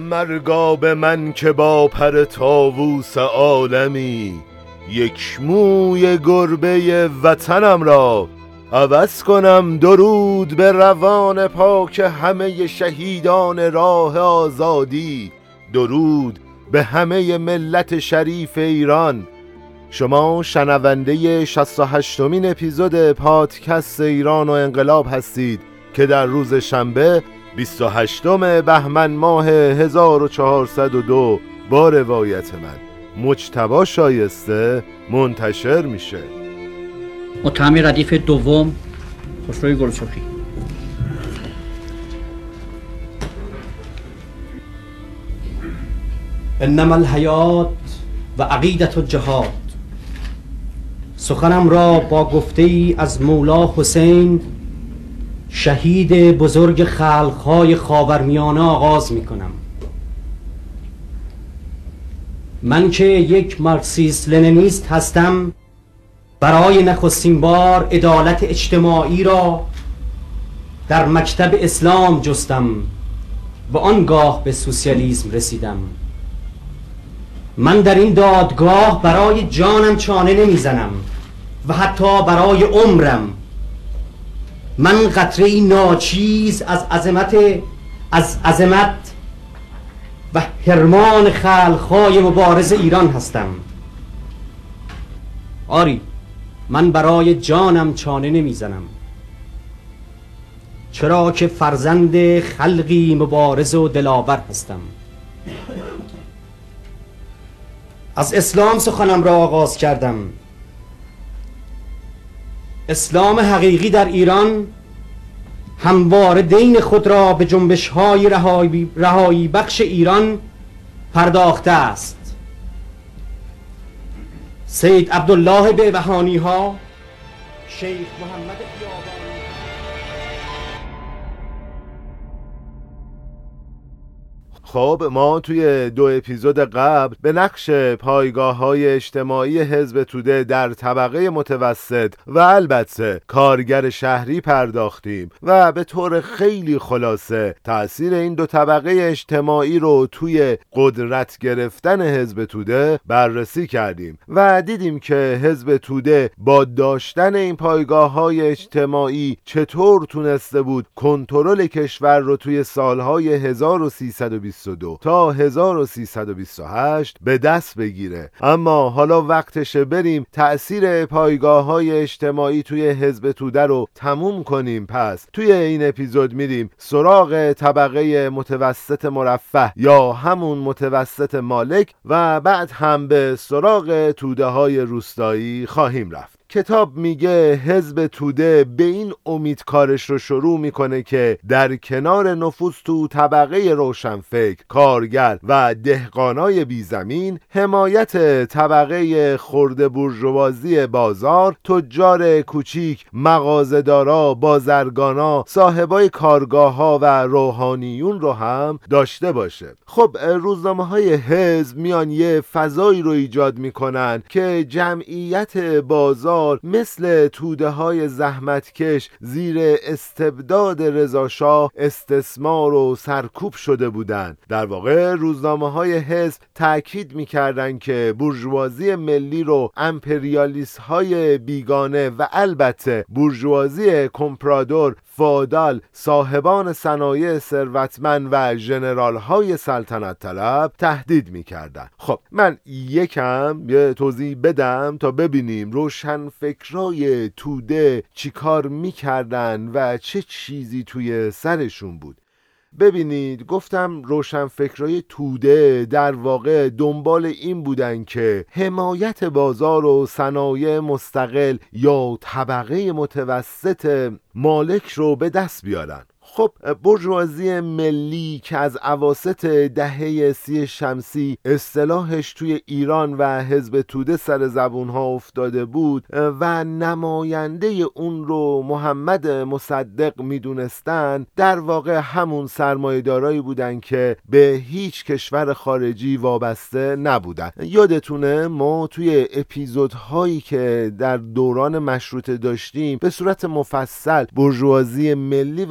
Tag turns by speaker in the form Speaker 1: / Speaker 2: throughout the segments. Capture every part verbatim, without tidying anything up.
Speaker 1: مرگا به من که با پر طاووس عالمی، یک موی گربه وطنم را عوض کنم. درود به روان پاک همه شهیدان راه آزادی، درود به همه ملت شریف ایران. شما شنونده شصت و هشتمین اپیزود پادکست ایران و انقلاب هستید که در روز شنبه بیست و هشتم بهمن ماه هزار و چهارصد و دو با روایت من مجتبی شایسته منتشر میشه.
Speaker 2: متهم ردیف دوم، خسروی گلچوخی.
Speaker 3: انما الحیات و عقیدت الجهاد. سخنم را با گفته ای از مولا حسین، شهید بزرگ خلقهای خاورمیانه آغاز می کنم. من که یک مارکسیست لنینیست هستم، برای نخستین بار عدالت اجتماعی را در مکتب اسلام جستم و آنگاه به سوسیالیسم رسیدم. من در این دادگاه برای جانم چانه نمیزنم و حتی برای عمرم. من قطره‌ای ناچیز از عظمت از عظمت و حرمان خلق‌های مبارز ایران هستم. آری، من برای جانم چانه نمیزنم، چرا که فرزند خلقی مبارز و دلاور هستم. از اسلام سخنم را آغاز کردم. اسلام حقیقی در ایران همواره دین خود را به جنبش‌های رهایی رهایی بخش ایران پرداخته است. سید عبدالله بهبهانی ها، شیخ محمد خیابانی.
Speaker 1: خب ما توی دو اپیزود قبل به نقش پایگاه‌های اجتماعی حزب توده در طبقه متوسط و البته کارگر شهری پرداختیم و به طور خیلی خلاصه تأثیر این دو طبقه اجتماعی رو توی قدرت گرفتن حزب توده بررسی کردیم و دیدیم که حزب توده با داشتن این پایگاه‌های اجتماعی چطور تونسته بود کنترل کشور رو توی سالهای هزار و سیصد و بیست و دو تا هزار و سیصد و بیست و هشت به دست بگیره. اما حالا وقتشه بریم تأثیر پایگاه‌های اجتماعی توی حزب توده رو تموم کنیم. پس توی این اپیزود میریم سراغ طبقه متوسط مرفه یا همون متوسط مالک و بعد هم به سراغ توده های روستایی خواهیم رفت. کتاب میگه حزب توده به این امید کارش رو شروع میکنه که در کنار نفوذ تو طبقه روشنفکر، کارگر و دهقانای بیزمین، حمایت طبقه خرده بورژوازی بازار، تجار کوچیک، مغازه‌دارا، بازرگانا، صاحبای کارگاه‌ها و روحانیون رو هم داشته باشه. خب روزنامه‌های حزب میان یه فضایی رو ایجاد میکنن که جمعیت بازار مثل توده های زحمتکش زیر استبداد رضاشاه استثمار و سرکوب شده بودند. در واقع روزنامه های حزب تأکید میکردند که بورژوازی ملی رو امپریالیست های بیگانه و البته بورژوازی کمپرادور، فئودال، صاحبان صنایع ثروتمند و ژنرال های سلطنت طلب تهدید میکردن. خب من یکم یه توضیح بدم تا ببینیم روشن فکرای توده چی کار میکردن و چه چیزی توی سرشون بود. ببینید، گفتم روشنفکرای توده در واقع دنبال این بودن که حمایت بازار و صنایع مستقل یا طبقه متوسط مالک رو به دست بیارن. خب بورژوازی ملی که از اواسط دهه سی شمسی اصطلاحش توی ایران و حزب توده سر زبونها افتاده بود و نماینده اون رو محمد مصدق میدونستن، در واقع همون سرمایه‌دارایی بودن که به هیچ کشور خارجی وابسته نبودن. یادتونه ما توی اپیزودهایی که در دوران مشروطه داشتیم به صورت مفصل بورژوازی ملی و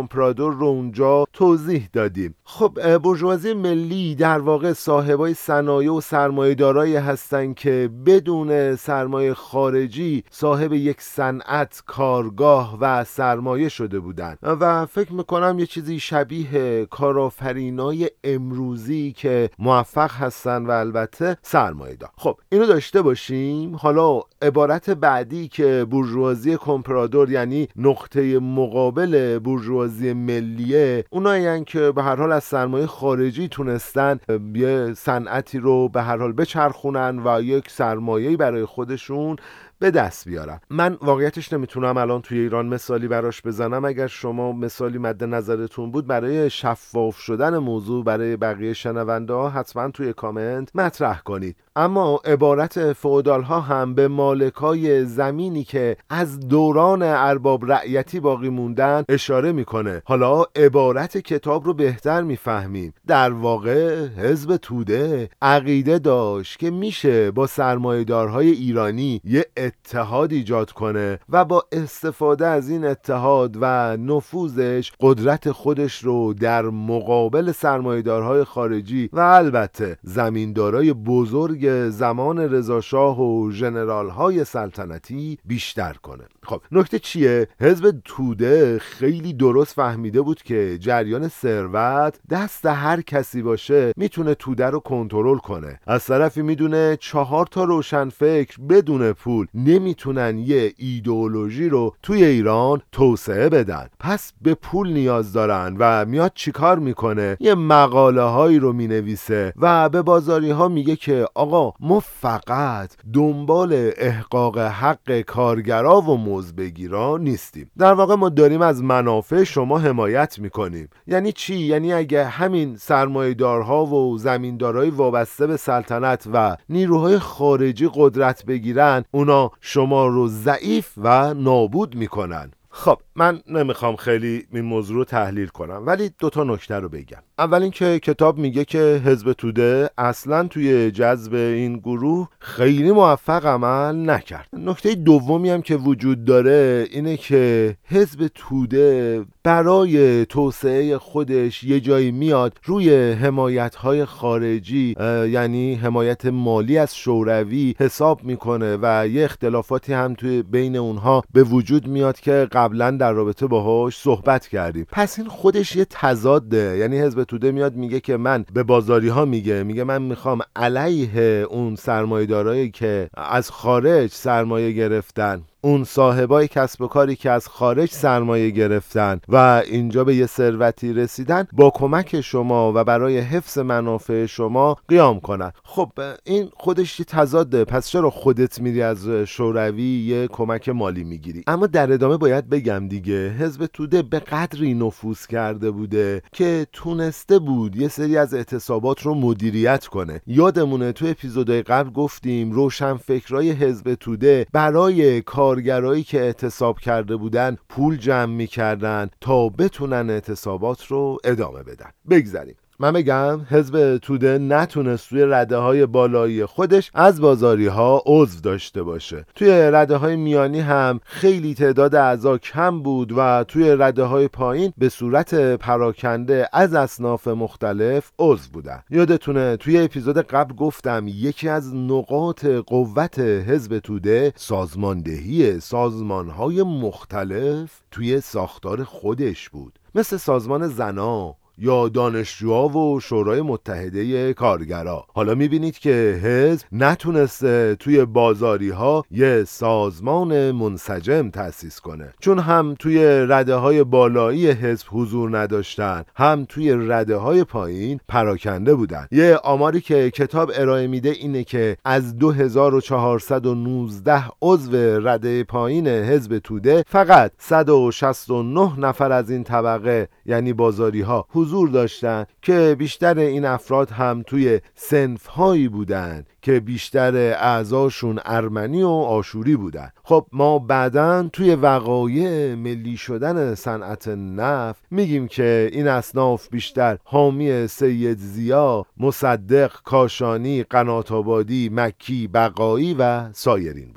Speaker 1: کمپرادور رو اونجا توضیح دادیم. خب بورژوازی ملی در واقع صاحبای صنایع و سرمایه‌دارایی هستن که بدون سرمایه خارجی صاحب یک صنعت، کارگاه و سرمایه شده بودن و فکر میکنم یه چیزی شبیه کارآفرینای امروزی که موفق هستن و البته سرمایه دار. خب اینو داشته باشیم. حالا عبارت بعدی که بورژوازی کمپرادور یعنی نقطه مقابل بورژوازی ملیه، اونایین که به هر حال از سرمایه خارجی تونستن یه صنعتی رو به هر حال بچرخونن و یک سرمایه‌ای برای خودشون به دست بیارم. من واقعیتش نمیتونم الان توی ایران مثالی براش بزنم. اگر شما مثالی مد نظرتون بود برای شفاف شدن موضوع برای بقیه شنونده ها حتما توی کامنت مطرح کنید. اما عبارت فئودال ها هم به مالکای زمینی که از دوران ارباب رعیتی باقی موندن اشاره میکنه. حالا عبارت کتاب رو بهتر میفهمیم. در واقع حزب توده عقیده داشت که میشه با سرمایه‌دارهای ایرانی یه اتحاد ایجاد کنه و با استفاده از این اتحاد و نفوذش قدرت خودش رو در مقابل سرمایه‌دارهای خارجی و البته زمیندارای بزرگ زمان رضاشاه و ژنرال‌های سلطنتی بیشتر کنه. خب نکته چیه؟ حزب توده خیلی درست فهمیده بود که جریان ثروت دست هر کسی باشه میتونه توده رو کنترل کنه. از طرفی میدونه چهار تا روشنفکر بدون پول نمیتونن یه ایدئولوژی رو توی ایران توسعه بدن، پس به پول نیاز دارن و میاد چیکار میکنه؟ یه مقاله هایی رو مینویسه و به بازاری ها میگه که آقا ما فقط دنبال احقاق حق کارگرا و مزدبگیران نیستیم، در واقع ما داریم از منافع شما حمایت میکنیم. یعنی چی؟ یعنی اگه همین سرمایه‌دارها و زمیندارای وابسته به سلطنت و نیروهای خارجی قدرت بگیرن، اونا شما رو ضعیف و نابود میکنن. خب من نمیخوام خیلی این موضوع رو تحلیل کنم، ولی دوتا نکته رو بگم. اول اینکه کتاب میگه که حزب توده اصلا توی جذب این گروه خیلی موفق عمل نکرد. نکته دومی هم که وجود داره اینه که حزب توده برای توسعه خودش یه جایی میاد روی حمایت‌های خارجی، یعنی حمایت مالی از شوروی حساب میکنه و یه اختلافاتی هم توی بین اونها به وجود میاد که قبلا در رابطه باهاش صحبت کردیم. پس این خودش یه تضاده. یعنی حزب توده میاد میگه که من به بازاری ها میگه میگه من میخوام علیه اون سرمایه‌دارایی که از خارج سرمایه گرفتن، اون صاحبای کسب و کاری که از خارج سرمایه گرفتن و اینجا به یه ثروتی رسیدن، با کمک شما و برای حفظ منافع شما قیام کنن. خب این خودش یه تضاده. پس چرا خودت میری از شوروی یه کمک مالی میگیری؟ اما در ادامه باید بگم دیگه حزب توده به قدری نفوذ کرده بوده که تونسته بود یه سری از اعتصابات رو مدیریت کنه. یادمونه تو اپیزودهای قبل گفتیم روشنفکرای حزب توده برای کار کارگرایی که اعتصاب کرده بودن پول جمع می‌کردن تا بتونن اعتصابات رو ادامه بدن. بگذاریم. من بگم حزب توده نتونست توی رده های بالایی خودش از بازاری ها عضو داشته باشه. توی رده های میانی هم خیلی تعداد اعضا کم بود و توی رده های پایین به صورت پراکنده از اصناف مختلف عضو بودن. یادتونه توی اپیزود قبل گفتم یکی از نقاط قوت حزب توده سازماندهی سازمانهای مختلف توی ساختار خودش بود، مثل سازمان زنا یا دانشجوها و شورای متحده کارگرا. حالا میبینید که حزب نتونسته توی بازاری ها یه سازمان منسجم تأسیس کنه، چون هم توی رده های بالایی حزب حضور نداشتن، هم توی رده های پایین پراکنده بودن. یه آماری که کتاب ارائه میده اینه که از دو هزار و چهارصد و نوزده عضو رده پایین حزب توده فقط صد و شصت و نه نفر از این طبقه یعنی بازاری ها حضور داشتن که بیشتر این افراد هم توی صنف‌هایی بودن که بیشتر اعضاشون ارمنی و آشوری بودن. خب ما بعداً توی وقایع ملی شدن صنعت نفت میگیم که این اصناف بیشتر حامی سید ضیا، مصدق، کاشانی، قنات آبادی، مکی، بقایی و سایرین بودن.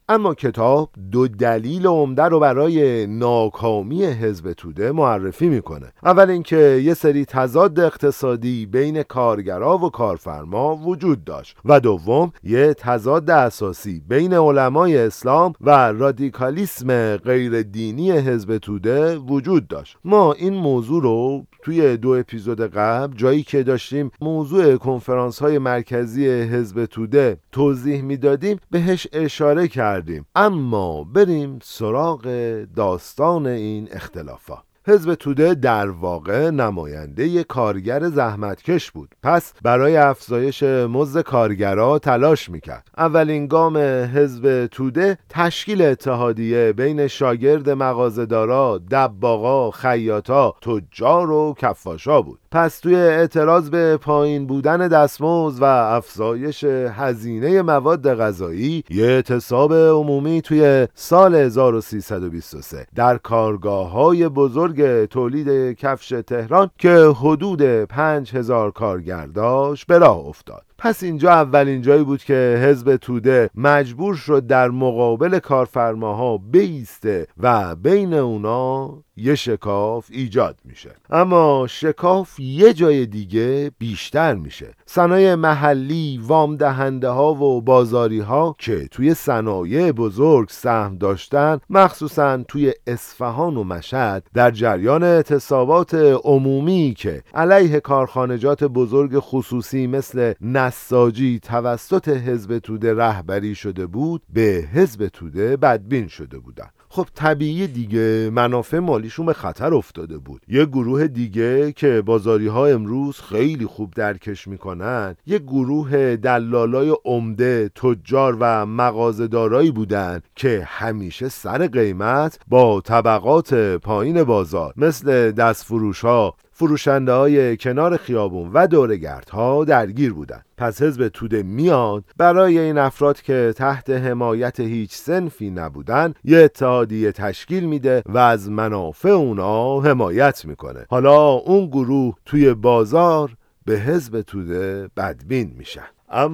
Speaker 1: اما کتاب دو دلیل عمده رو برای ناکامی حزب توده معرفی میکنه. اول اینکه یه سری تضاد اقتصادی بین کارگرا و کارفرما وجود داشت و دوم یه تضاد اساسی بین علمای اسلام و رادیکالیسم غیر دینی حزب توده وجود داشت. ما این موضوع رو توی دو اپیزود قبل جایی که داشتیم موضوع کنفرانس های مرکزی حزب توده توضیح میدادیم بهش اشاره کردیم. اما بریم سراغ داستان این اختلافات. حزب توده در واقع نماینده یک کارگر زحمتکش بود، پس برای افزایش مزد کارگرها تلاش میکرد. اولین گام حزب توده تشکیل اتحادیه بین شاگرد مغازه‌دارا، دباغا، خیاطا، تجار و کفاشا بود. پس توی اعتراض به پایین بودن دستمزد و افزایش هزینه مواد غذایی، یه اعتصاب عمومی توی سال هزار و سیصد و بیست و سه در کارگاه‌های بزرگ تولید کفش تهران که حدود پنج هزار کارگر داشت به راه افتاد. پس اینجا اولین جایی بود که حزب توده مجبور شد در مقابل کارفرماها بایسته و بین اونا یه شکاف ایجاد میشه. اما شکاف یه جای دیگه بیشتر میشه. صنایع محلی، وام دهنده ها و بازاری ها که توی صنایع بزرگ سهم داشتن، مخصوصا توی اصفهان و مشهد، در جریان اعتصابات عمومی که علیه کارخانجات بزرگ خصوصی مثل نساجی توسط حزب توده رهبری شده بود، به حزب توده بدبین شده بودن. خب طبیعی دیگه منافع مالیشون به خطر افتاده بود. یه گروه دیگه که بازاری ها امروز خیلی خوب درکش میکنن، یه گروه دلالای عمده، تجار و مغازه‌دارایی بودن که همیشه سر قیمت با طبقات پایین بازار مثل دستفروش ها، فروشنده های کنار خیابون و دوره‌گردها درگیر بودن. پس حزب توده میاد برای این افراد که تحت حمایت هیچ صنفی نبودن یه اتحادیه تشکیل میده و از منافع اونا حمایت میکنه. حالا اون گروه توی بازار به حزب توده بدبین میشن.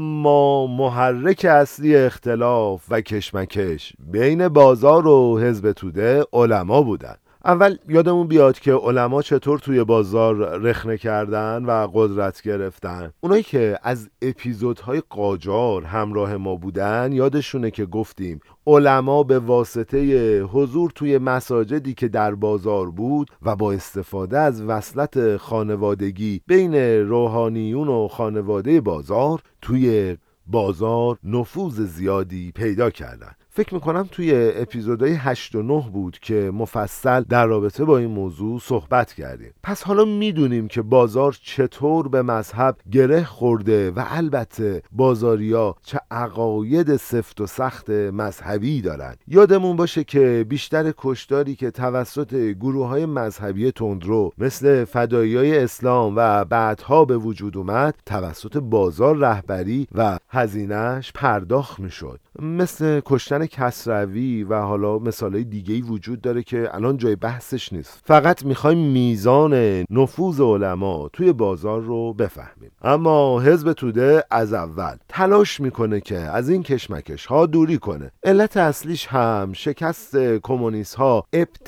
Speaker 1: اما محرک اصلی اختلاف و کشمکش بین بازار و حزب توده علما بودن. اول یادمون بیاد که علما چطور توی بازار رخنه کردن و قدرت گرفتن. اونایی که از اپیزودهای قاجار همراه ما بودن یادشونه که گفتیم علما به واسطه حضور توی مساجدی که در بازار بود و با استفاده از وصلت خانوادگی بین روحانیون و خانواده بازار توی بازار نفوذ زیادی پیدا کردن. فکر میکنم توی اپیزودهای هشت و نه بود که مفصل در رابطه با این موضوع صحبت کردیم. پس حالا میدونیم که بازار چطور به مذهب گره خورده و البته بازاریا چه عقاید سفت و سخت مذهبی دارن. یادمون باشه که بیشتر کشتاری که توسط گروه‌های مذهبی تندرو مثل فداییای اسلام و بعدها به وجود اومد توسط بازار رهبری و هزینه‌اش پرداخت میشد، مثل کشتن کسروی و حالا مثالای دیگه‌ای وجود داره که الان جای بحثش نیست. فقط میخوایم میزان نفوذ علما توی بازار رو بفهمیم. اما حزب توده از اول تلاش میکنه که از این کشمکش ها دوری کنه. علت اصلیش هم شکست کمونیست ها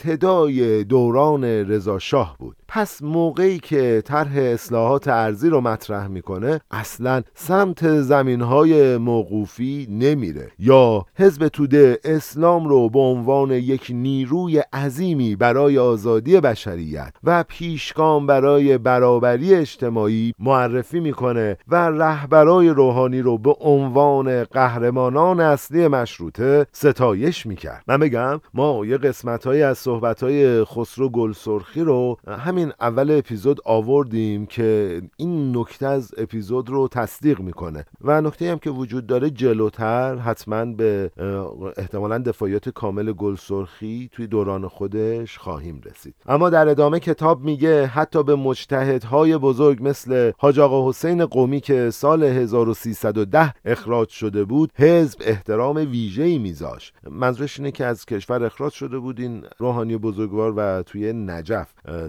Speaker 1: ابتدای دوران رضا شاه بود. پس موقعی که طرح اصلاحات ارضی رو مطرح میکنه اصلا سمت زمینهای موقوفی نمیره، یا حزب توده اسلام رو به عنوان یک نیروی عظیمی برای آزادی بشریت و پیشگام برای برابری اجتماعی معرفی میکنه و رهبرای روحانی رو به عنوان قهرمانان اصلی مشروطه ستایش میکرد. من بگم ما یه قسمت‌هایی از صحبت‌های خسرو گلسرخی رو همین اول اپیزود آوردیم که این نکته از اپیزود رو تصدیق میکنه و نکته هم که وجود داره جلوتر حتما به احتمالاً دفاعیات کامل گلسرخی توی دوران خودش خواهیم رسید. اما در ادامه کتاب میگه حتی به مجتهدهای بزرگ مثل حاج آقا حسین قمی که سال هزار و سیصد و ده اخراج شده بود حزب احترام ویژه‌ای میذاشت. منظورش اینه که از کشور اخراج شده بود این روحانی بزرگوار و توی نجف ساکن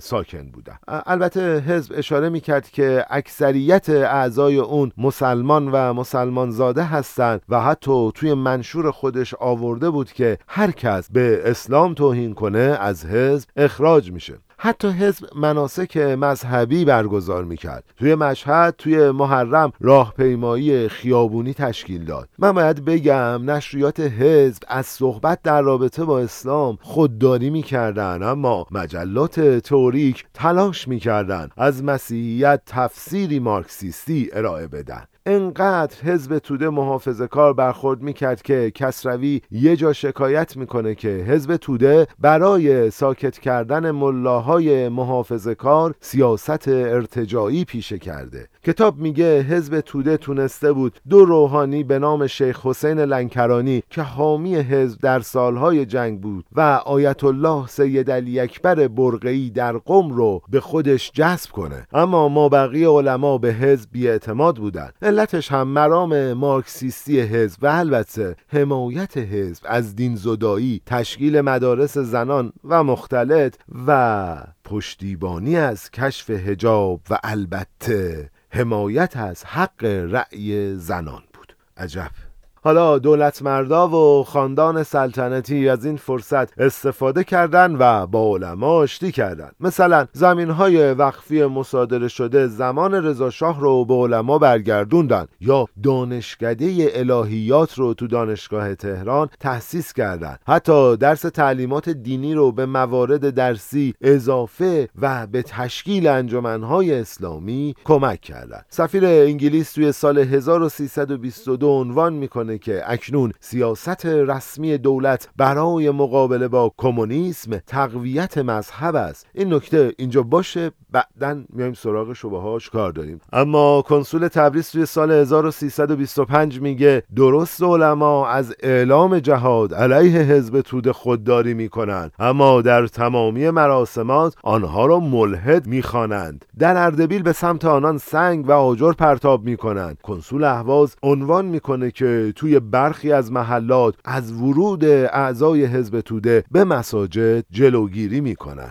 Speaker 1: ساکن بودن. البته حزب اشاره میکرد که اکثریت اعضای اون مسلمان و مسلمان زاده هستند و حتی توی منشور خودش آورده بود که هر کس به اسلام توهین کنه از حزب اخراج میشه. حتی حزب مناسک مذهبی برگزار میکرد. توی مشهد توی محرم راهپیمایی خیابونی تشکیل داد. من باید بگم نشریات حزب از صحبت در رابطه با اسلام خودداری میکردن، اما مجلات تئوریک تلاش میکردن از مسیحیت تفسیری مارکسیستی ارائه بدن. انقدر حزب توده محافظه کار برخورد میکرد که کسروی یه جا شکایت میکنه که حزب توده برای ساکت کردن ملاهای محافظه کار سیاست ارتجاعی پیشه کرده. کتاب میگه حزب توده تونسته بود دو روحانی به نام شیخ حسین لنکرانی که حامی حزب در سالهای جنگ بود و آیت الله سید علی اکبر برقعی در قم رو به خودش جذب کنه، اما مابقی علما به حزب بی‌اعتماد بودن. علتش هم مرام مارکسیستی حزب و البته حمایت حزب از دین زدایی، تشکیل مدارس زنان و مختلط و پشتیبانی از کشف حجاب و البته حمایت از حق رأی زنان بود. عجب. حالا دولت مردا و خاندان سلطنتی از این فرصت استفاده کردن و با علما آشتی کردن. مثلا زمینهای وقفی مصادره شده زمان رضا شاه رو به علما برگردوندن یا دانشکده الهیات رو تو دانشگاه تهران تأسیس کردن. حتی درس تعلیمات دینی رو به موارد درسی اضافه و به تشکیل انجمنهای اسلامی کمک کردن. سفیر انگلیس توی سال هزار و سیصد و بیست و دو عنوان میکنه که اکنون سیاست رسمی دولت برای مقابله با کمونیسم تقویت مذهب است. این نکته اینجا باشه، بعدن میایم سراغ شبههاش کار داریم. اما کنسول تبریز توی سال هزار و سیصد و بیست و پنج میگه درست علما از اعلام جهاد علیه حزب توده خودداری میکنن، اما در تمامی مراسمات آنها را ملحد میخوانند. در اردبیل به سمت آنان سنگ و آجر پرتاب میکنند. کنسول اهواز عنوان میکنه که توی برخی از محلات از ورود اعضای حزب توده به مساجد جلوگیری میکنن.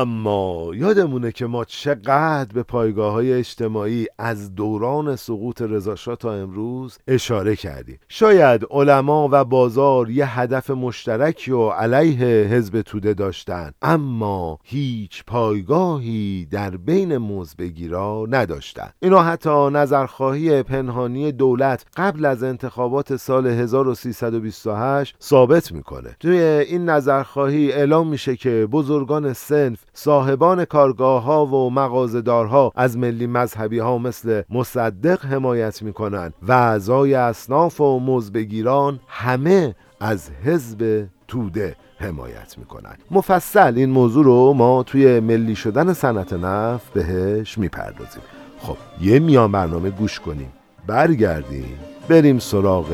Speaker 1: اما یادمونه که ما چقدر به پایگاه‌های اجتماعی از دوران سقوط رضا شاه تا امروز اشاره کردیم. شاید علما و بازار یه هدف مشترکی و علیه حزب توده داشتن، اما هیچ پایگاهی در بین موضع‌بگیرا نداشتن. اینا حتی نظرخواهی پنهانی دولت قبل از انتخابات سال هزار و سیصد و بیست و هشت ثابت میکنه. توی این نظرخواهی اعلام میشه که بزرگان صنف، صاحبان کارگاه ها و مغازه‌دارها از ملی مذهبی ها مثل مصدق حمایت میکنن و اعضای اصناف و موضع‌بگیران همه از حزب توده حمایت میکنن. مفصل این موضوع رو ما توی ملی شدن صنعت نفت بهش میپردازیم. خب یه میان برنامه گوش کنیم، برگردیم بریم سراغ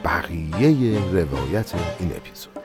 Speaker 1: بقیه روایت این اپیزود.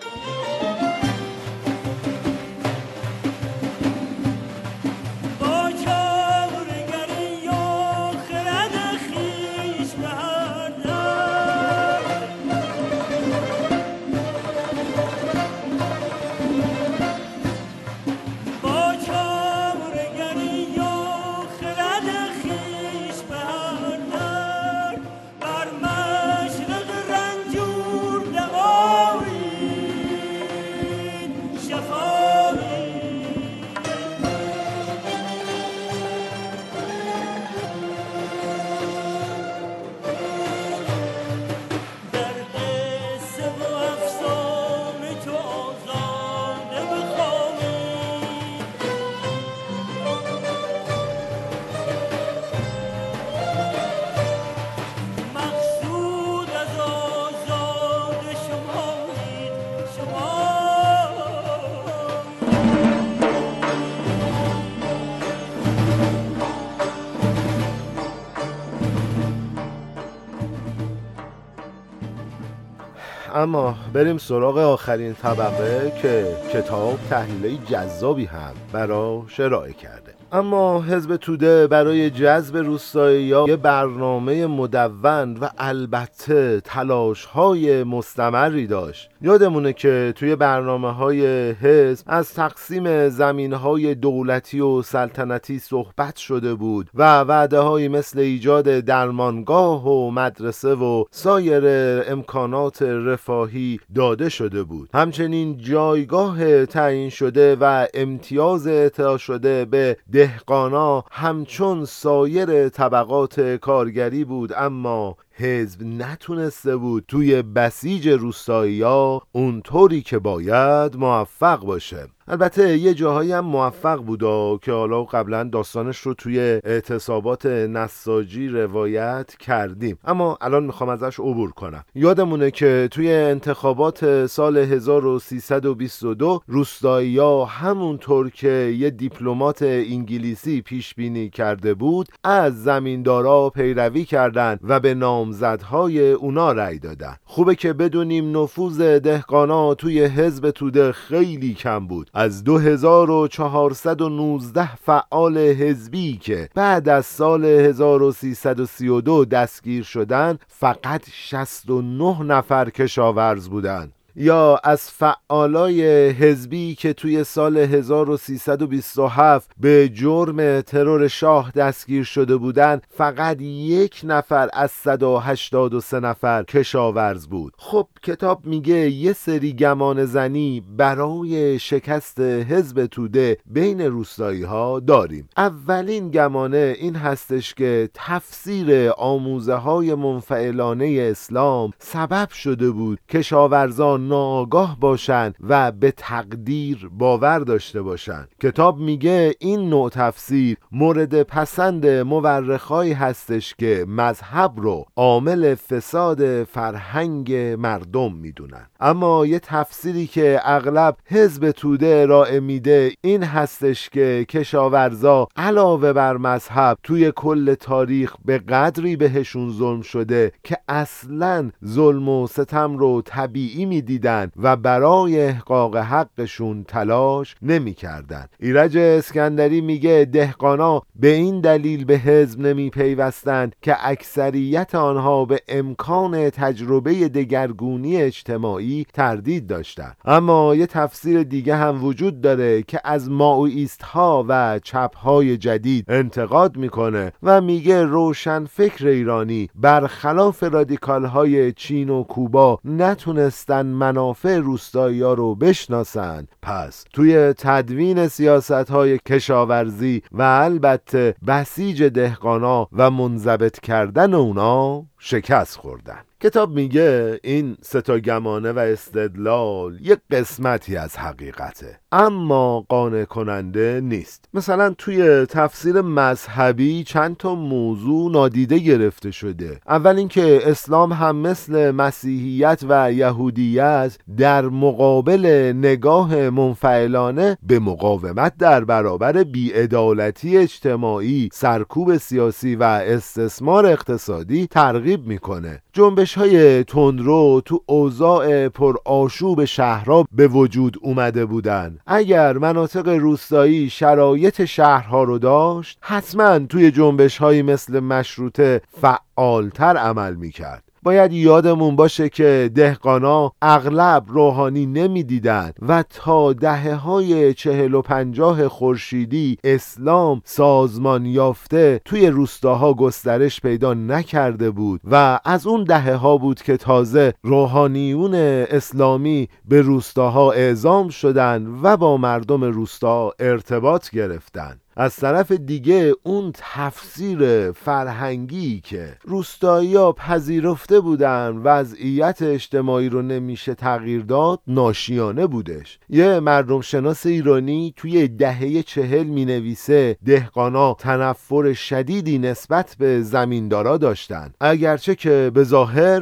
Speaker 1: اما بریم سراغ آخرین طبقه که کتاب تحلیل جذابی هم برای ارائه کرده. اما حزب توده برای جذب روستایی‌ها یه برنامه مدون و البته تلاش‌های مستمری داشت. یادمونه که توی برنامه‌های حزب از تقسیم زمین‌های دولتی و سلطنتی صحبت شده بود و وعده‌هایی مثل ایجاد درمانگاه و مدرسه و سایر امکانات رفاهی داده شده بود. همچنین جایگاه تعیین شده و امتیاز اعطا شده به دهقانا همچون سایر طبقات کارگری بود، اما حزب نتونسته بود توی بسیج روستایی‌ها اونطوری که باید موفق باشه. البته یه جاهایی هم موفق بودا که حالا قبلا داستانش رو توی اعتصابات نساجی روایت کردیم، اما الان میخوام ازش عبور کنم. یادمونه که توی انتخابات سال هزار و سیصد و بیست و دو روستایی‌ها همونطور که یه دیپلمات انگلیسی پیش بینی کرده بود از زمیندارا پیروی کردن و به نامزدهای اونا رأی دادن. خوبه که بدونیم نفوذ دهقانا توی حزب توده خیلی کم بود. از دو هزار و چهارصد و نوزده فعال حزبی که بعد از سال هزار و سیصد و سی و دو دستگیر شدن، فقط شصت و نه نفر کشاورز بودن. یا از فعالای حزبی که توی سال هزار و سیصد و بیست و هفت به جرم ترور شاه دستگیر شده بودن، فقط یک نفر از صد و هشتاد و سه نفر کشاورز بود. خب کتاب میگه یه سری گمان زنی برای شکست حزب توده بین روستایی ها داریم. اولین گمانه این هستش که تفسیر آموزه های منفعلانه اسلام سبب شده بود کشاورزان ناآگاه باشن و به تقدیر باور داشته باشن. کتاب میگه این نوع تفسیر مورد پسند مورخایی هستش که مذهب رو عامل فساد فرهنگ مردم میدونن. اما یه تفسیری که اغلب حزب توده ارائه میده این هستش که کشاورزا علاوه بر مذهب توی کل تاریخ به قدری بهشون ظلم شده که اصلاً ظلم و ستم رو طبیعی میدیدن و برای احقاق حقشون تلاش نمی کردن. ایرج اسکندری میگه دهقانا به این دلیل به حزب نمی پیوستند که اکثریت آنها به امکان تجربه دگرگونی اجتماعی تردید داشتند. اما یه تفسیر دیگه هم وجود داره که از مائوئیست ها و چپ های جدید انتقاد میکنه و میگه روشن فکر ایرانی برخلاف رادیکال های چین و کوبا نتونستن منافع روستایی‌ها رو بشناسن، پس توی تدوین سیاست‌های کشاورزی و البته بسیج دهقانا و منضبط کردن اونا شکست خوردن. کتاب میگه این سه تا گمانه و استدلال یک قسمتی از حقیقته، اما قانع کننده نیست. مثلا توی تفسیر مذهبی چند تا موضوع نادیده گرفته شده. اول اینکه اسلام هم مثل مسیحیت و یهودیت در مقابل نگاه منفعلانه به مقاومت در برابر بی‌عدالتی اجتماعی، سرکوب سیاسی و استثمار اقتصادی ترغیب میکنه. جنبش های تندرو تو اوضاع پرآشوب شهرها به وجود اومده بودن. اگر مناطق روستایی شرایط شهرها رو داشت، حتما توی جنبش های مثل مشروطه فعالتر عمل میکرد. باید یادمون باشه که دهقانا اغلب روحانی نمی دیدن و تا دهه های چهل و پنجاه خورشیدی اسلام سازمان یافته توی روستاها گسترش پیدا نکرده بود و از اون دهه ها بود که تازه روحانیون اسلامی به روستاها اعزام شدن و با مردم روستا ارتباط گرفتن. از طرف دیگه اون تفسیر فرهنگی که روستایی‌ها پذیرفته بودن وضعیت اجتماعی رو نمیشه تغییر داد ناشیانه بودش. یه مردم شناس ایرانی توی دهه چهل می نویسه دهقانا تنفر شدیدی نسبت به زمیندارا داشتن، اگرچه که به ظاهر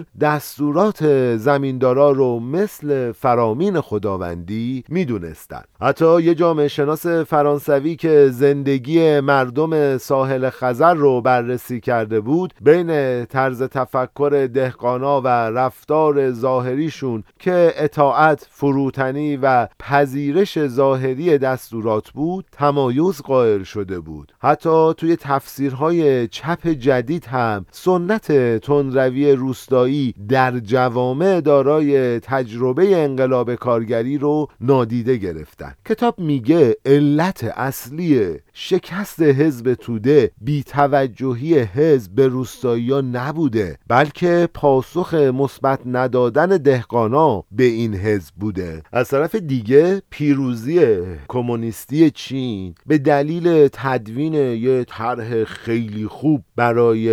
Speaker 1: دستورات زمیندارا رو مثل فرامین خداوندی می دونستن. حتی یه جامعه شناس فرانسوی که زنده زندگی مردم ساحل خزر رو بررسی کرده بود، بین طرز تفکر دهقانا و رفتار ظاهریشون که اطاعت، فروتنی و پذیرش ظاهری دستورات بود تمایز قائل شده بود. حتی توی تفسیرهای چپ جدید هم سنت تندروی روستایی در جوامع دارای تجربه انقلاب کارگری رو نادیده گرفتن. کتاب میگه علت اصلی شکست حزب توده بی‌توجهی حزب به روستایی‌ها نبوده، بلکه پاسخ مثبت ندادن دهقانا به این حزب بوده. از طرف دیگه پیروزی کمونیستی چین به دلیل تدوین یه طرح خیلی خوب برای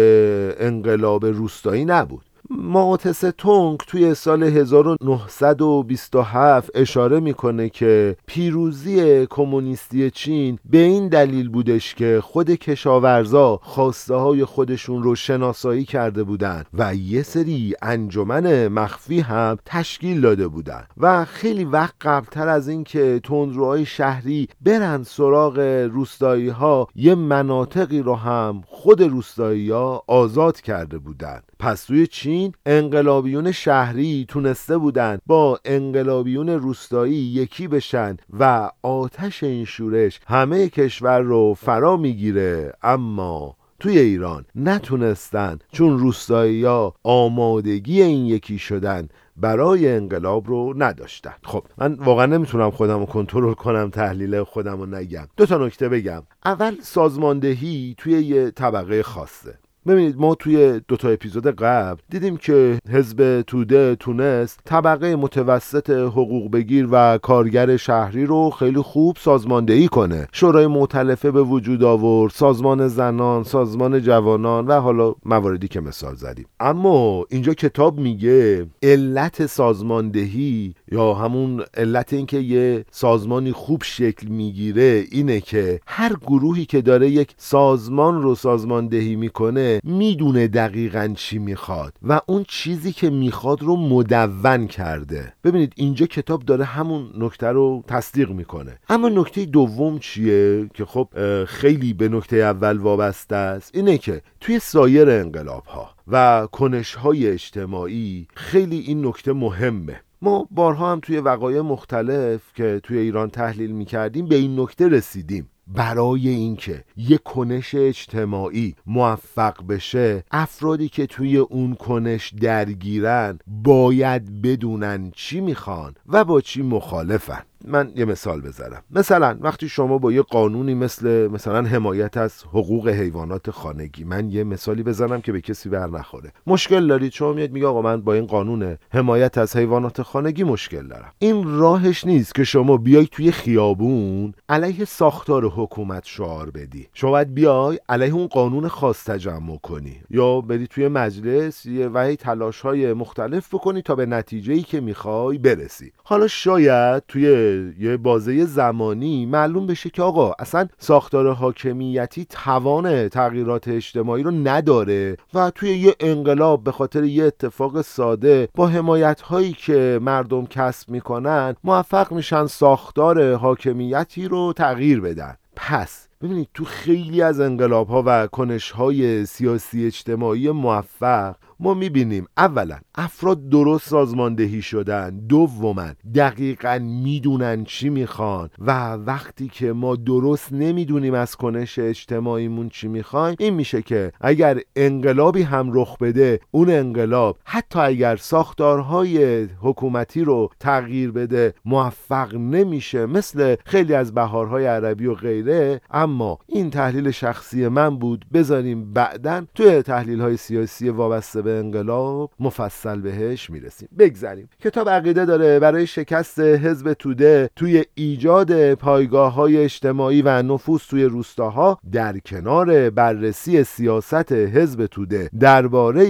Speaker 1: انقلاب روستایی نبود. مائو تسه تونگ توی سال هزار و نهصد و بیست و هفت اشاره میکنه که پیروزی کمونیستی چین به این دلیل بودش که خود کشاورزا خواسته های خودشون رو شناسایی کرده بودن و یه سری انجمن مخفی هم تشکیل داده بودن و خیلی وقت قبلتر از این که تندروهای شهری برن سراغ روستایی ها یه مناطقی رو هم خود روستایی ها آزاد کرده بودن. پس توی چین انقلابیون شهری تونسته بودن با انقلابیون روستایی یکی بشن و آتش این شورش همه کشور رو فرا میگیره، اما توی ایران نتونستن چون روستایی‌ها آمادگی این یکی شدن برای انقلاب رو نداشتن. خب من واقعا نمیتونم خودم رو کنترل کنم، تحلیل خودم رو نگم. دو تا نکته بگم. اول سازماندهی توی یه طبقه خاصه. ببینید ما توی دو تا اپیزود قبل دیدیم که حزب توده تونست طبقه متوسط حقوق بگیر و کارگر شهری رو خیلی خوب سازماندهی کنه. شورای مؤتلفه به وجود آورد، سازمان زنان، سازمان جوانان و حالا مواردی که مثال زدیم. اما اینجا کتاب میگه علت سازماندهی یا همون علت این که یه سازمانی خوب شکل میگیره اینه که هر گروهی که داره یک سازمان رو سازماندهی میکنه میدونه دقیقاً چی میخواد و اون چیزی که میخواد رو مدون کرده. ببینید اینجا کتاب داره همون نکته رو تصدیق میکنه. اما نکته دوم چیه که خب خیلی به نکته اول وابسته است، اینه که توی سایر انقلاب ها و کنش های اجتماعی خیلی این نکته مهمه. ما بارها هم توی وقایع مختلف که توی ایران تحلیل میکردیم به این نکته رسیدیم. برای اینکه یک کنش اجتماعی موفق بشه، افرادی که توی اون کنش درگیرن باید بدونن چی میخوان و با چی مخالفن. من یه مثال بزنم. مثلا وقتی شما با یه قانونی مثل مثلا حمایت از حقوق حیوانات خانگی، من یه مثالی بزنم که به کسی بر نخوره، مشکل دارید، شما میاد میگه آقا من با این قانون حمایت از حیوانات خانگی مشکل دارم. این راهش نیست که شما بیای توی خیابون علیه ساختار حکومت شعار بدی. شما باید بیای علیه اون قانون خاص تجمع کنی یا بری توی مجلس یه وحی تلاش‌های مختلف بکنی تا به نتیجه‌ای که میخوای برسی. حالا شاید توی یه بازه زمانی معلوم بشه که آقا اصلا ساختار حاکمیتی توان تغییرات اجتماعی رو نداره و توی یه انقلاب به خاطر یه اتفاق ساده با حمایت هایی که مردم کسب میکنن موفق میشن ساختار حاکمیتی رو تغییر بدن. پس ببینید تو خیلی از انقلاب ها و کنش های سیاسی اجتماعی موفق ما میبینیم اولا افراد درست سازماندهی شدن، دوما دقیقاً میدونن چی میخوان و وقتی که ما درست نمیدونیم از کنش اجتماعیمون چی میخوایم، این میشه که اگر انقلابی هم رخ بده، اون انقلاب حتی اگر ساختارهای حکومتی رو تغییر بده موفق نمیشه، مثل خیلی از بهارهای عربی و غیره. اما این تحلیل شخصی من بود، بذاریم بعداً توی تحلیل‌های سیاسی وابسته به انقلاب مفصل بهش میرسیم. بگذاریم. کتاب عقیده داره برای شکست حزب توده توی ایجاد پایگاه‌های اجتماعی و نفوذ توی روستاها، در کنار بررسی سیاست حزب توده درباره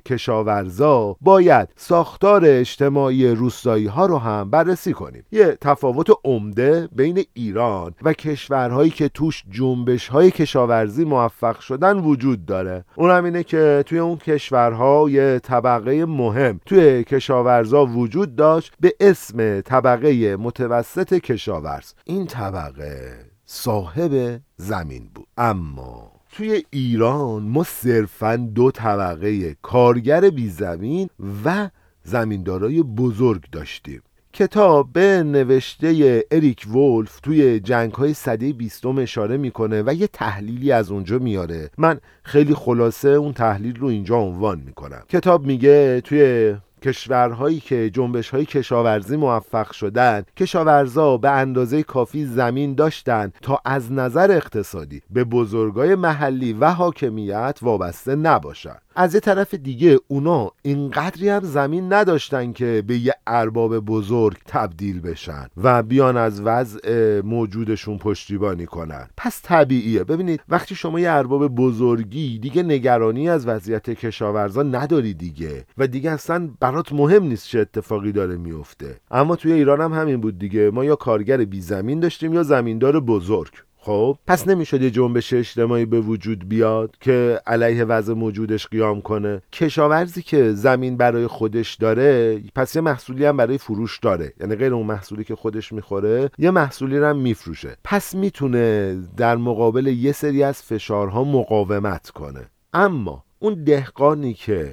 Speaker 1: کشاورزا، باید ساختار اجتماعی روستایی‌ها رو هم بررسی کنیم. یه تفاوت عمده بین ایران و کشورهایی که توش جنبش‌های کشاورزی موفق شدن وجود داره. اونم اینه که توی اون کشورها یه طبقه مهم توی کشاورزا وجود داشت به اسم طبقه متوسط کشاورز. این طبقه صاحب زمین بود. اما توی ایران ما صرفاً دو طبقه کارگر بی زمین و زمیندارای بزرگ داشتیم. کتاب به نوشته اریک وولف توی جنگ‌های سده بیستم اشاره میکنه و یه تحلیلی از اونجا میاره. من خیلی خلاصه اون تحلیل رو اینجا عنوان میکنم. کتاب میگه توی کشورهایی که جنبش‌های کشاورزی موفق شدن، کشاورزا به اندازه کافی زمین داشتن تا از نظر اقتصادی به بزرگای محلی و حاکمیت وابسته نباشن. از یه طرف دیگه اونا اینقدری هم زمین نداشتن که به یه ارباب بزرگ تبدیل بشن و بیان از وضع موجودشون پشتیبانی کنن. پس طبیعیه. ببینید وقتی شما یه ارباب بزرگی دیگه نگرانی از وضعیت کشاورزا نداری دیگه و دیگه اصلا برات مهم نیست چه اتفاقی داره میفته. اما توی ایران هم همین بود دیگه. ما یا کارگر بی زمین داشتیم یا زمیندار بزرگ. خب پس نمیشد یه جنبش اجتماعی به وجود بیاد که علیه وضع موجودش قیام کنه. کشاورزی که زمین برای خودش داره پس یه محصولی هم برای فروش داره، یعنی غیر اون محصولی که خودش میخوره یه محصولی رو هم میفروشه. پس میتونه در مقابل یه سری از فشارها مقاومت کنه. اما اون دهقانی که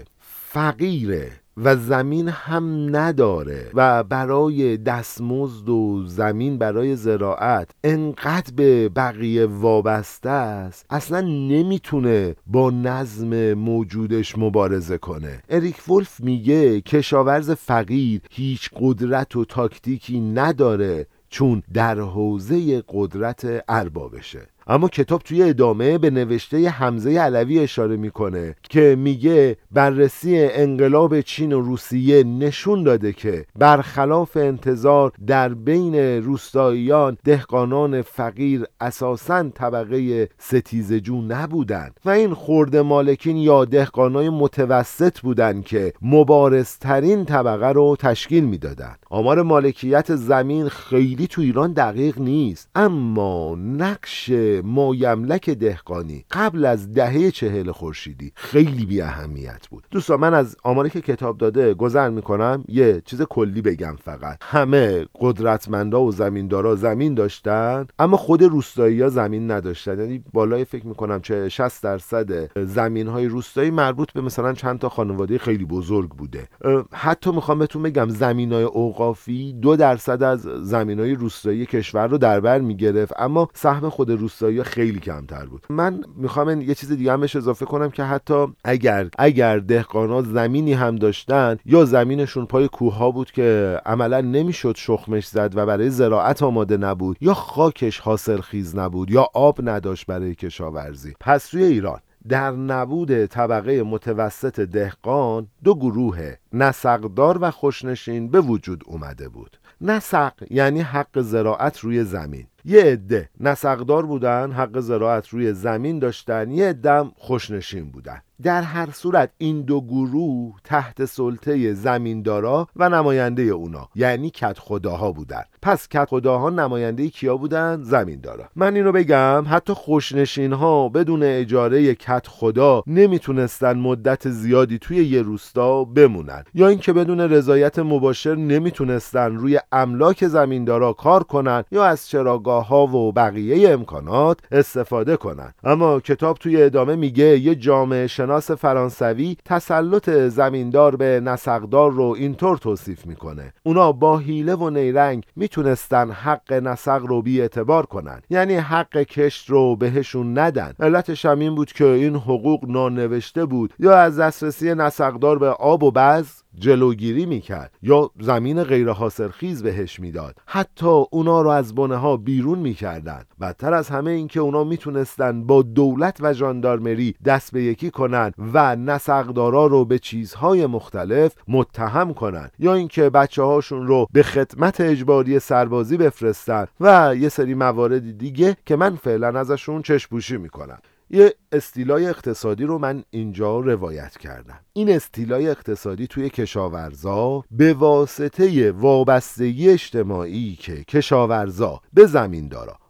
Speaker 1: فقیره و زمین هم نداره و برای دستمزد و زمین برای زراعت انقدر به بقیه وابسته است، اصلا نمیتونه با نظم موجودش مبارزه کنه. اریک وولف میگه کشاورز فقیر هیچ قدرت و تاکتیکی نداره چون در حوزه قدرت اربابشه. اما کتاب توی ادامه به نوشته حمزه علوی اشاره میکنه که میگه بررسی انقلاب چین و روسیه نشون داده که برخلاف انتظار در بین روستاییان دهقانان فقیر اساساً طبقه ستیزجو نبودن و این خرده مالکین یا دهقانای متوسط بودن که مبارزترین طبقه رو تشکیل میدادن. آمار مالکیت زمین خیلی تو ایران دقیق نیست، اما نقش مایملک دهقانی قبل از دهه چهل خورشیدی خیلی بی اهمیت بود. دوستان من از آماری که کتاب داده گذر میکنم، یه چیز کلی بگم فقط. همه قدرتمندا و زمیندارا زمین داشتن اما خود روستایی‌ها زمین نداشتن. یعنی بالای فکر میکنم چه شصت درصد زمین‌های روستایی مربوط به مثلا چند تا خانواده خیلی بزرگ بوده. حتی میخوام بهتون بگم زمین‌های اوقافی دو درصد از زمین‌های روستایی کشور رو در بر میگرفت، اما سهم خود روستایی خیلی کمتر بود. من میخوام یه چیز دیگه هم بهش اضافه کنم که حتی اگر اگر دهقانا زمینی هم داشتن یا زمینشون پای کوه‌ها بود که عملا نمیشد شخمش زد و برای زراعت آماده نبود، یا خاکش حاصلخیز نبود، یا آب نداشت برای کشاورزی. پس توی ایران در نبود طبقه متوسط دهقان دو گروه نسقدار و خوشنشین به وجود اومده بود. نسق یعنی حق زراعت روی زمین. یه عده نسقدار بودن، حق زراعت روی زمین داشتن، یه عده خوشنشین بودن. در هر صورت این دو گروه تحت سلطه زمیندارا و نماینده اونا یعنی کدخداها بودن. پس کدخداها نماینده کیا بودن؟ زمیندارا. من اینو بگم حتی خوشنشین ها بدون اجاره کدخدا نمیتونستن مدت زیادی توی یه روستا بمونن، یا اینکه بدون رضایت مباشر نمیتونستن روی املاک زمیندارا کار کنن یا از چراگاه ها و بقیه امکانات استفاده کنن. اما کتاب توی ادامه میگه یه جامعه شناس فرانسوی تسلط زمیندار به نسقدار رو اینطور توصیف میکنه: اونا با حیله و نیرنگ میتونستن حق نسق رو بی اعتبار کنن، یعنی حق کشت رو بهشون ندن. علتش هم این بود که این حقوق نانوشته بود، یا از دسترسی نسقدار به آب و بذر جلوگیری میکرد یا زمین غیر حاصلخیز بهش میداد. حتی اونا رو از بنه ها بیرون میکردن. بدتر از همه این که اونا میتونستن با دولت و ژاندارمری دست به یکی کنن و نسقدارا رو به چیزهای مختلف متهم کنن، یا اینکه بچه هاشون رو به خدمت اجباری سربازی بفرستن و یه سری موارد دیگه که من فعلا ازشون چشم‌پوشی میکنم. یه استیلای اقتصادی رو من اینجا روایت کردم. این استیلای اقتصادی توی کشاورزا به واسطه وابستگی اجتماعی که کشاورزا به زمیندارا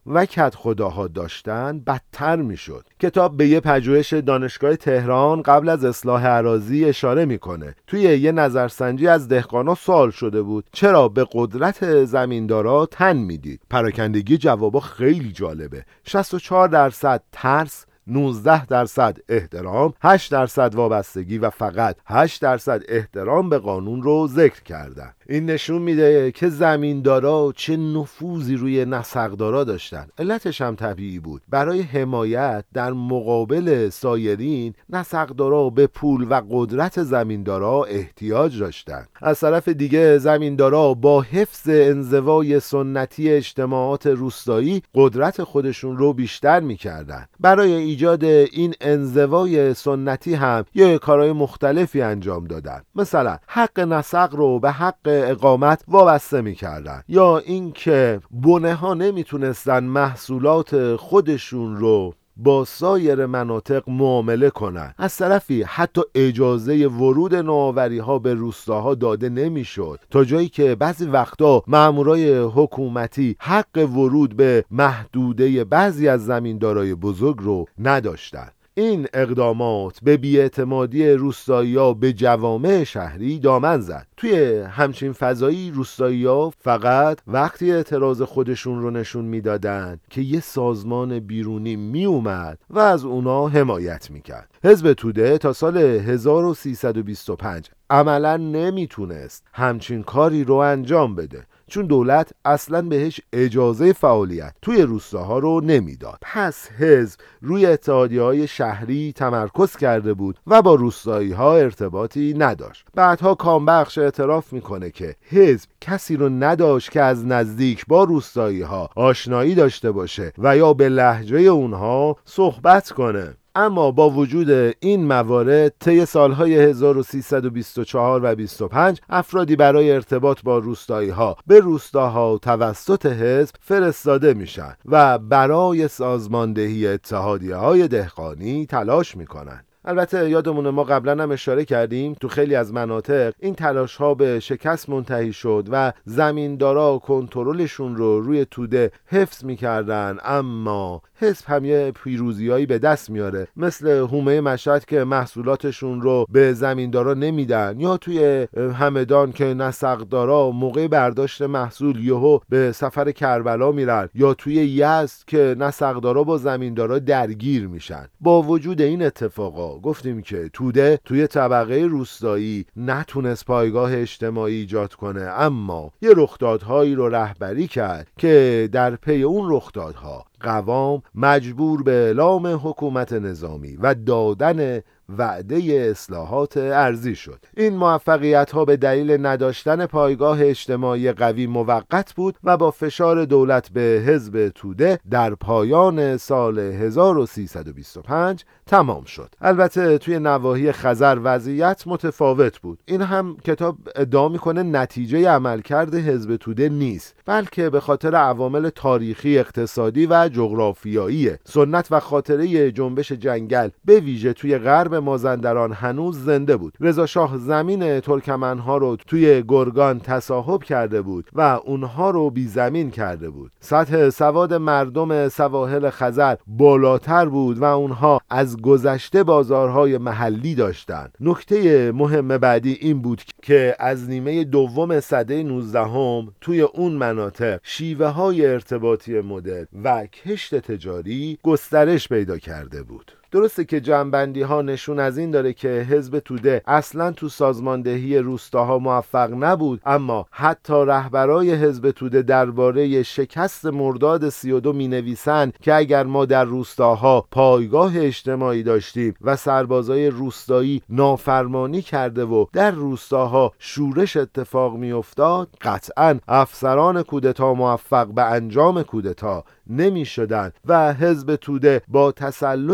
Speaker 1: و کدخداها داشتن بدتر میشد. کتاب به یه پژوهش دانشگاه تهران قبل از اصلاح اراضی اشاره میکنه. توی یه نظرسنجی از دهقانا سوال شده بود چرا به قدرت زمیندارا تن میدید؟ پراکندگی جوابا خیلی جالبه. شصت و چهار درصد ترس، نوزده درصد احترام، هشت درصد وابستگی و فقط هشت درصد احترام به قانون رو ذکر کردن. این نشون میده که زمیندارا چه نفوذی روی نسقدارا داشتن. علتش هم طبیعی بود. برای حمایت در مقابل سایرین، نسقدارا به پول و قدرت زمیندارا احتیاج داشتن. از طرف دیگه زمیندارا با حفظ انزوای سنتی اجتماعات روستایی قدرت خودشون رو بیشتر میکردن. برای ایجاد این انزوای سنتی هم یه کارهای مختلفی انجام دادن. مثلا حق نسق رو به حق اقامت وابسته می‌کردن، یا اینکه بنه ها نمیتونستن محصولات خودشون رو با سایر مناطق معامله کنن. از طرفی حتی اجازه ورود نوآوری ها به روستاها داده نمیشد، تا جایی که بعضی وقتا مامورای حکومتی حق ورود به محدوده بعضی از زمیندارای بزرگ رو نداشتن. این اقدامات به بی‌اعتمادی روستایی‌ها به جوامع شهری دامن زد. توی همچین فضایی روستایی‌ها فقط وقتی اعتراض خودشون رو نشون میدادن که یه سازمان بیرونی می اومد و از اونا حمایت میکرد. حزب توده تا سال هزار و سیصد و بیست و پنج عملاً نمیتونست همچین کاری رو انجام بده، چون دولت اصلاً بهش اجازه فعالیت توی روستاها رو نمیداد. پس حزب روی اتحادیه‌های شهری تمرکز کرده بود و با روستایی‌ها ارتباطی نداشت. بعدها کامبخش اعتراف میکنه که حزب کسی رو نداشت که از نزدیک با روستایی‌ها آشنایی داشته باشه و یا به لهجه اونها صحبت کنه. اما با وجود این موارد طی سالهای هزار و سیصد و بیست و چهار و بیست و پنج افرادی برای ارتباط با روستایی‌ها به روستاها توسط حزب فرستاده میشن و برای سازماندهی اتحادیه‌های دهقانی تلاش میکنن. البته یادمونه ما قبلا هم اشاره کردیم تو خیلی از مناطق این تلاش ها به شکست منتهی شد و زمیندارا کنترلشون رو روی توده حفظ میکردن، اما حزب هم یه پیروزیایی به دست میاره، مثل حومه مشهد که محصولاتشون رو به زمیندارا نمیدن، یا توی همدان که نسقدارا موقع برداشت محصول یهو به سفر کربلا میرن، یا توی یزد که نسقدارا با زمیندارا درگیر میشن. با وجود این اتفاقا گفتیم که توده توی طبقه روستایی نتونست پایگاه اجتماعی ایجاد کنه، اما یه رخدادهایی رو رهبری کرد که در پی اون رخدادها قوام مجبور به اعلام حکومت نظامی و دادن وعده اصلاحات ارضی شد. این موفقیت ها به دلیل نداشتن پایگاه اجتماعی قوی موقت بود و با فشار دولت به حزب توده در پایان سال هزار و سیصد و بیست و پنج تمام شد. البته توی نواحی خزر وضعیت متفاوت بود. این هم کتاب ادعا میکنه نتیجه عملکرد حزب توده نیست، بلکه به خاطر عوامل تاریخی، اقتصادی و جغرافیایی. سنت و خاطره جنبش جنگل به ویژه توی غرب مازندران هنوز زنده بود. رضا شاه زمین ترکمنها رو توی گرگان تصاحب کرده بود و اونها رو بی زمین کرده بود. سطح سواد مردم سواحل خزر بالاتر بود و اونها از گذشته بازارهای محلی داشتند. نکته مهم بعدی این بود که از نیمه دوم سده نوزدهم توی اون مناطق شیوه های ارتباطی مدرن و کشت تجاری گسترش پیدا کرده بود. درسته که جمع‌بندی ها نشون از این داره که حزب توده اصلا تو سازماندهی روستاها موفق نبود، اما حتی رهبرای حزب توده درباره شکست مرداد سی و دو می نویسن که اگر ما در روستاها پایگاه اجتماعی داشتیم و سربازای روستایی نافرمانی کرده و در روستاها شورش اتفاق می افتاد، قطعا افسران کودتا موفق به انجام کودتا نمی شدن و حزب توده با تسلطی که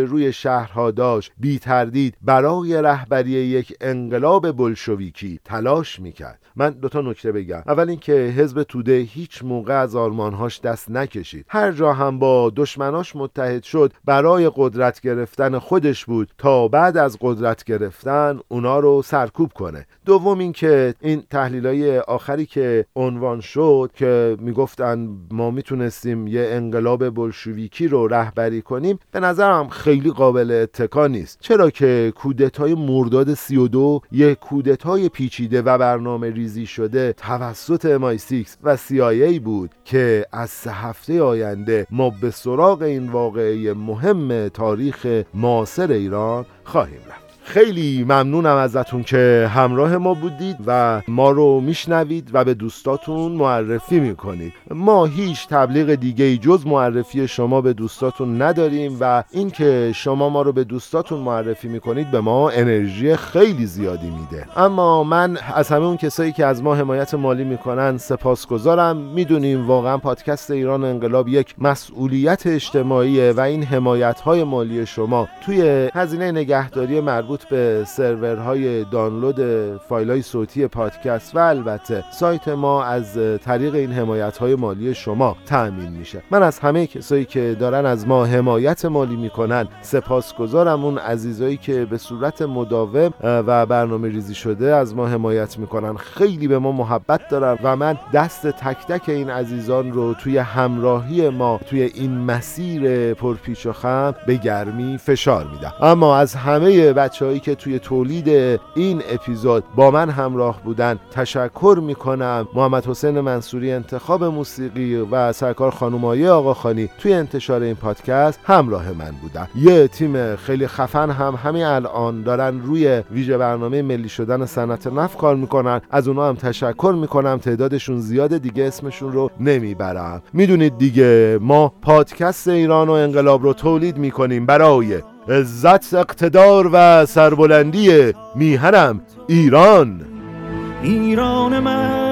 Speaker 1: روی شهرها داشت بی تردید برای رهبری یک انقلاب بلشویکی تلاش میکرد. من دو تا نکته بگم. اول اینکه حزب توده هیچ موقع از آرمانهاش دست نکشید. هر جا هم با دشمناش متحد شد برای قدرت گرفتن خودش بود تا بعد از قدرت گرفتن اونا رو سرکوب کنه. دوم اینکه این تحلیلای آخری که عنوان شد که میگفتن ما میتونستیم یه انقلاب بلشویکی رو رهبری کنیم، به نظرم خیلی قابل اتکا نیست. چرا که کودتای مرداد سی و دو یک کودتای پیچیده و برنامه ریزی شده توسط ام آی سیکس و سی آی ای بود که از سه هفته آینده ما به سراغ این واقعه مهم تاریخ معاصر ایران خواهیم رفت. خیلی ممنونم ازتون که همراه ما بودید و ما رو میشنوید و به دوستاتون معرفی میکنید. ما هیچ تبلیغ دیگه ای جز معرفی شما به دوستاتون نداریم و این که شما ما رو به دوستاتون معرفی میکنید به ما انرژی خیلی زیادی میده. اما من از همه اون کسایی که از ما حمایت مالی میکنن سپاسگزارم. میدونیم واقعا پادکست ایران انقلاب یک مسئولیت اجتماعیه و این حمایت‌های مالی شما توی هزینه نگهداری مربوط به سرورهای دانلود فایل‌های صوتی پادکست و البته سایت ما از طریق این حمایت‌های مالی شما تأمین میشه. من از همه کسایی که دارن از ما حمایت مالی میکنن سپاسگزارم. اون عزیزایی که به صورت مداوم و برنامه ریزی شده از ما حمایت میکنن خیلی به ما محبت دارن و من دست تک تک این عزیزان رو توی همراهی ما توی این مسیر پرپیچ و خم به گرمی فشار میدم. اما از همه بچه‌هایی که توی تولید این اپیزود با من همراه بودن تشکر میکنم. محمد حسین منصوری انتخاب موسیقی و سرکار خانم آیه آقاخانی توی انتشار این پادکست همراه من بودن. یه تیم خیلی خفن هم همین الان دارن روی ویژه برنامه ملی شدن صنعت نفت کار میکنن. از اونا هم تشکر میکنم. تعدادشون زیاده دیگه اسمشون رو نمیبرم. میدونید دیگه ما پادکست ایران و انقلاب رو تولید میکنیم برای عزت، اقتدار و سربلندی میهنم ایران.
Speaker 4: ایران من